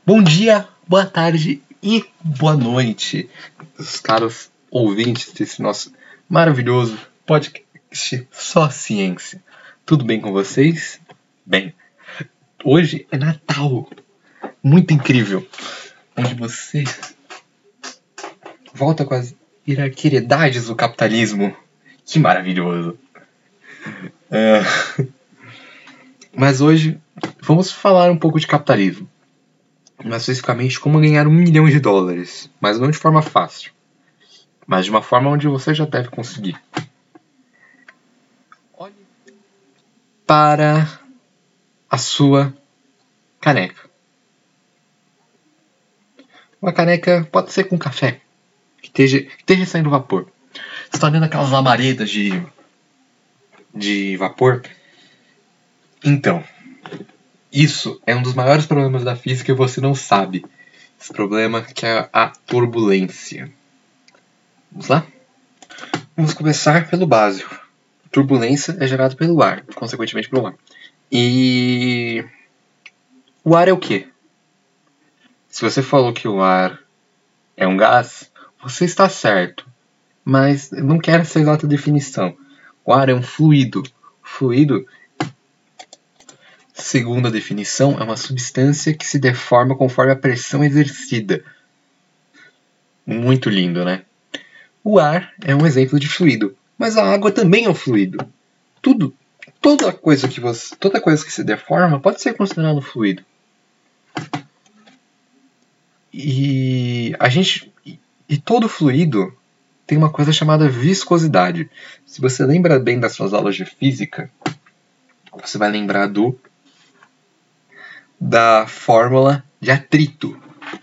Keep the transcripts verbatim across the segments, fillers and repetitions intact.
Bom dia, boa tarde e boa noite, os caros ouvintes desse nosso maravilhoso podcast Só Ciência. Tudo bem com vocês? Bem, hoje é Natal, muito incrível, onde você volta com as hierarquiedades do capitalismo. Que maravilhoso! É... Mas hoje vamos falar um pouco de capitalismo. Mais especificamente, como ganhar um milhão de dólares. Mas não de forma fácil. Mas de uma forma onde você já deve conseguir. Olhe para a sua caneca. Uma caneca pode ser com café. Que esteja, que esteja saindo vapor. Você está olhando aquelas labaredas de, de vapor? Então... Isso é um dos maiores problemas da física e você não sabe. Esse problema que é a turbulência. Vamos lá? Vamos começar pelo básico. Turbulência é gerada pelo ar, consequentemente pelo ar. E o ar é o quê? Se você falou que o ar é um gás, você está certo. Mas não quero essa exata definição. O ar é um fluido. Fluido, segundo a definição, é uma substância que se deforma conforme a pressão exercida. Muito lindo, né? O ar é um exemplo de fluido, mas a água também é um fluido. Tudo, toda coisa que você, toda coisa que se deforma pode ser considerada um fluido. E a gente, e todo fluido tem uma coisa chamada viscosidade. Se você lembra bem das suas aulas de física, você vai lembrar do da fórmula de atrito,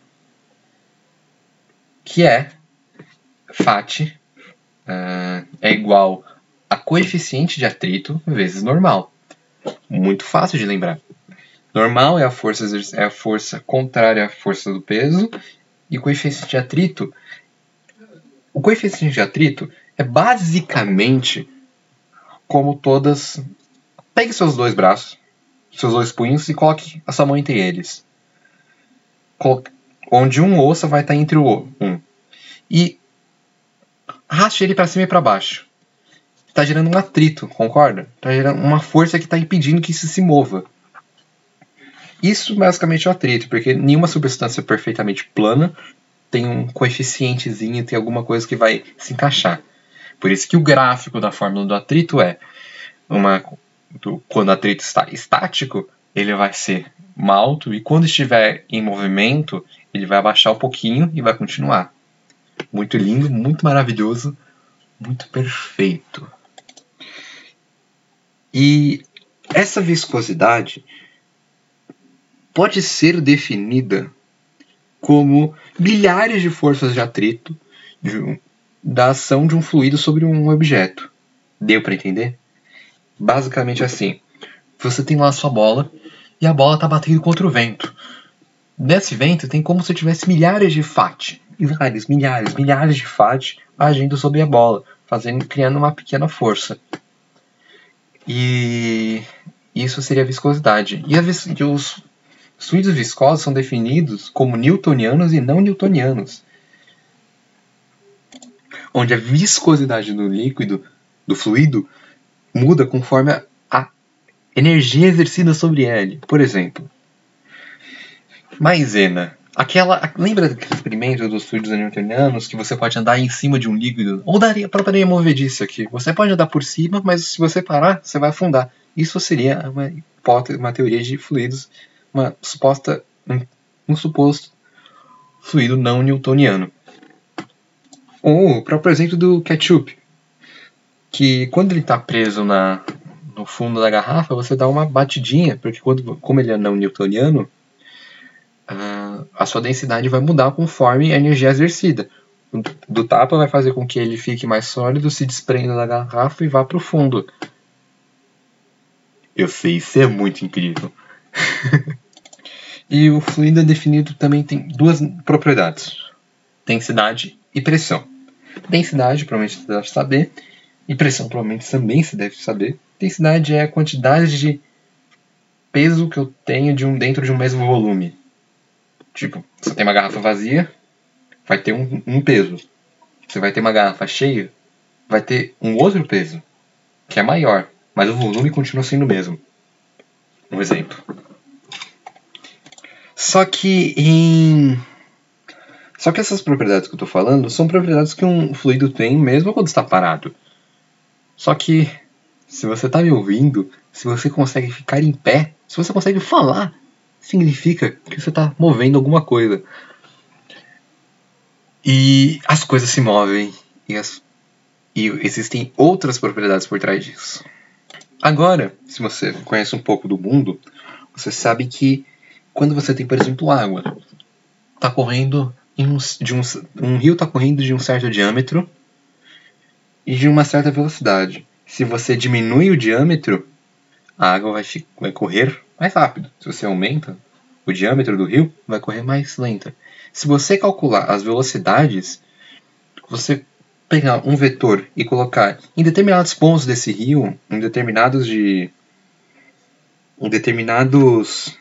que é Φ uh, é igual a coeficiente de atrito vezes normal. Muito fácil de lembrar. Normal é a força, é a força contrária à força do peso, e coeficiente de atrito, o coeficiente de atrito é basicamente como todas... Pegue seus dois braços, seus dois punhos e coloque a sua mão entre eles. Coloque, onde um osso vai estar entre o outro. Um. E arraste ele para cima e para baixo. Está gerando um atrito, concorda? Está gerando uma força que está impedindo que isso se mova. Isso basicamente é o atrito, porque nenhuma substância perfeitamente plana tem um coeficientezinho, tem alguma coisa que vai se encaixar. Por isso que o gráfico da fórmula do atrito é uma... Do, quando o atrito está estático, ele vai ser alto, e quando estiver em movimento, ele vai abaixar um pouquinho e vai continuar. Muito lindo, muito maravilhoso, muito perfeito. E essa viscosidade pode ser definida como milhares de forças de atrito de um, da ação de um fluido sobre um objeto. Deu para entender? Basicamente assim, você tem lá a sua bola e a bola está batendo contra o vento. Nesse vento tem como se tivesse milhares de Φ, e vários, milhares, milhares de Φ agindo sobre a bola, fazendo, criando uma pequena força. E isso seria a viscosidade. E, a vis- e os fluidos viscosos são definidos como newtonianos e não newtonianos, onde a viscosidade do líquido, do fluido, muda conforme a, a energia exercida sobre ele. Por exemplo, maisena. Aquela, lembra daquele experimento dos fluidos newtonianos que você pode andar em cima de um líquido? Ou daria a própria movediça aqui. Você pode andar por cima, mas se você parar, você vai afundar. Isso seria uma hipótese, uma teoria de fluidos, uma suposta, um, um suposto fluido não newtoniano. Ou o próprio exemplo do ketchup, que quando ele está preso na, no fundo da garrafa, você dá uma batidinha, porque quando, como ele é não newtoniano, uh, a sua densidade vai mudar conforme a energia exercida. Do, do tapa vai fazer com que ele fique mais sólido, se desprenda da garrafa e vá para o fundo. Eu sei, isso é muito incrível. E o fluido é definido também tem duas propriedades: densidade e pressão. Densidade, provavelmente você deve saber, e pressão provavelmente também se deve saber. Densidade é a quantidade de peso que eu tenho de um, dentro de um mesmo volume. Tipo, você tem uma garrafa vazia, vai ter um, um peso. Você vai ter uma garrafa cheia, vai ter um outro peso, que é maior, mas o volume continua sendo o mesmo. Um exemplo. Só que em... Só que essas propriedades que eu estou falando são propriedades que um fluido tem mesmo quando está parado. Só que, se você está me ouvindo, se você consegue ficar em pé, se você consegue falar, significa que você está movendo alguma coisa. E as coisas se movem e, as... e existem outras propriedades por trás disso. Agora, se você conhece um pouco do mundo, você sabe que quando você tem, por exemplo, água, tá correndo em um, de um, um rio está correndo de um certo diâmetro e de uma certa velocidade. Se você diminui o diâmetro, a água vai, vai correr mais rápido. Se você aumenta o diâmetro do rio, vai correr mais lenta. Se você calcular as velocidades, você pegar um vetor e colocar em determinados pontos desse rio, em determinados de em determinados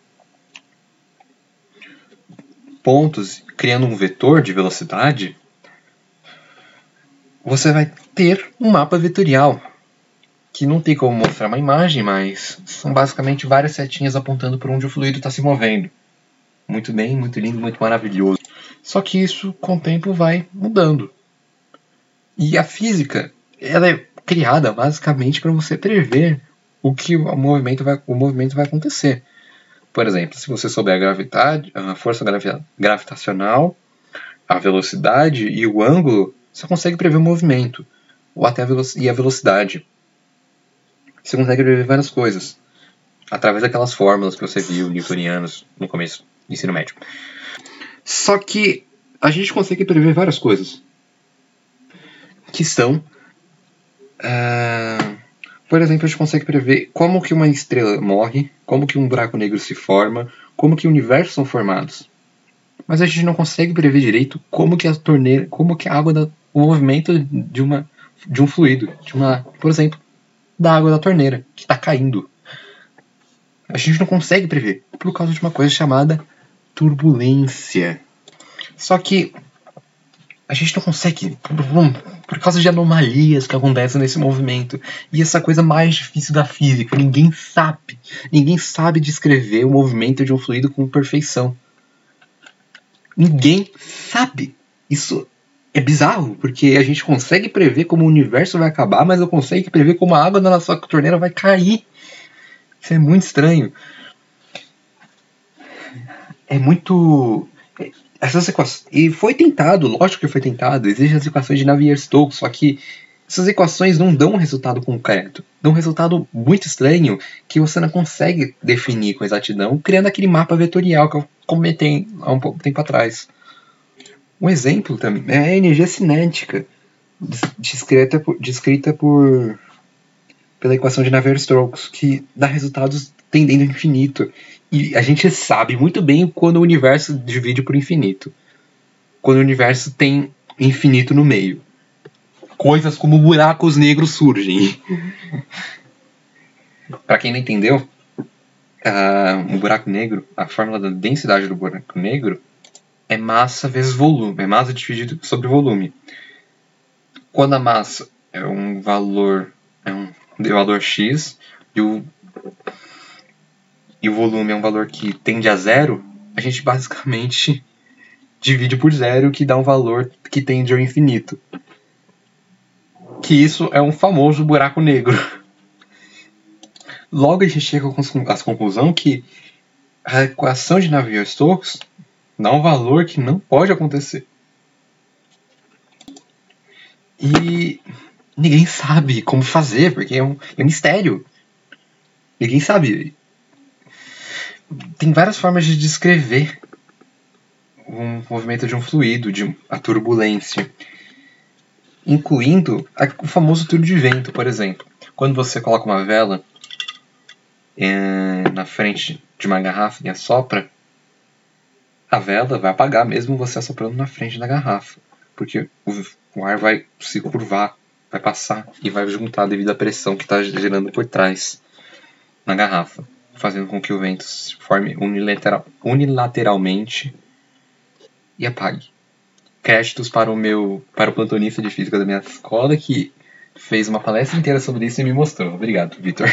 pontos, criando um vetor de velocidade, você vai ter um mapa vetorial, que não tem como mostrar uma imagem, mas são basicamente várias setinhas apontando para onde o fluido está se movendo. Muito bem, muito lindo, muito maravilhoso. Só que isso, com o tempo, vai mudando. E a física, ela é criada basicamente para você prever o que o movimento vai, o movimento vai acontecer. Por exemplo, se você souber a gravidade, a força gravitacional, a velocidade e o ângulo, você consegue prever o movimento, ou até a e a velocidade. Você consegue prever várias coisas, através daquelas fórmulas que você viu, newtonianas, no começo do ensino médio. Só que a gente consegue prever várias coisas, que são... Uh, por exemplo, a gente consegue prever como que uma estrela morre, como que um buraco negro se forma, como que universos são formados. Mas a gente não consegue prever direito como que a torneira, como que a água, da, o movimento de, uma, de um fluido, de uma, por exemplo, da água da torneira, que está caindo. A gente não consegue prever, por causa de uma coisa chamada turbulência. Só que a gente não consegue, por causa de anomalias que acontecem nesse movimento. E essa coisa mais difícil da física, ninguém sabe. Ninguém sabe descrever o movimento de um fluido com perfeição. Ninguém sabe. Isso é bizarro, porque a gente consegue prever como o universo vai acabar, mas não consegue prever como a água na nossa torneira vai cair. Isso é muito estranho. É muito... Essas equações... E foi tentado, lógico que foi tentado. Existem as equações de Navier-Stokes, só que essas equações não dão um resultado concreto. Dão um resultado muito estranho que você não consegue definir com exatidão, criando aquele mapa vetorial que eu comentei há um pouco tempo atrás. Um exemplo também é a energia cinética, descrita por, descrita por pela equação de Navier-Stokes, que dá resultados tendendo ao infinito. E a gente sabe muito bem quando o universo divide por infinito. Quando o universo tem infinito no meio. Coisas como buracos negros surgem. Para quem não entendeu, uh, um buraco negro, a fórmula da densidade do buraco negro é massa vezes volume, é massa dividido sobre volume. Quando a massa é um valor, é um valor x e o, e o volume é um valor que tende a zero, a gente basicamente divide por zero, que dá um valor que tende ao infinito. Que isso é um famoso buraco negro. Logo a gente chega à conclusão que a equação de Navier-Stokes dá um valor que não pode acontecer. E ninguém sabe como fazer, porque é um, é um mistério. Ninguém sabe. Tem várias formas de descrever o movimento de um fluido, de a turbulência, incluindo o famoso turno de vento, por exemplo. Quando você coloca uma vela é, na frente de uma garrafa e assopra, a vela vai apagar mesmo você assoprando na frente da garrafa, porque o, o ar vai se curvar, vai passar e vai juntar devido à pressão que está gerando por trás na garrafa. fazendo com que o vento se forme unilateral, unilateralmente e apague. Créditos para o meu para o plantonista de física da minha escola, que fez uma palestra inteira sobre isso e me mostrou. Obrigado, Vitor.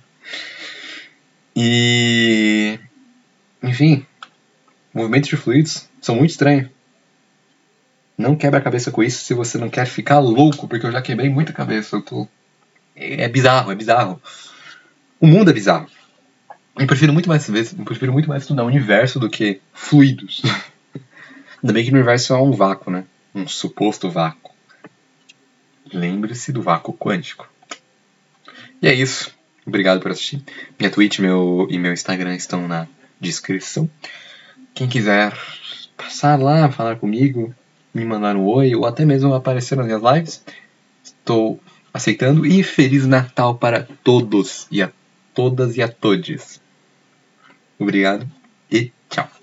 E... enfim, movimentos de fluidos são muito estranhos. Não quebra a cabeça com isso se você não quer ficar louco, porque eu já quebrei muita cabeça. Eu tô... É bizarro, é bizarro. O mundo é bizarro. Eu prefiro muito mais, eu prefiro muito mais estudar o universo do que fluidos. Ainda bem que no universo há um vácuo, né? Um suposto vácuo. Lembre-se do vácuo quântico. E é isso. Obrigado por assistir. Minha Twitch meu, e meu Instagram estão na descrição. Quem quiser passar lá, falar comigo, me mandar um oi, ou até mesmo aparecer nas minhas lives, estou aceitando. E Feliz Natal para todos e a todas e a todes. Obrigado e tchau.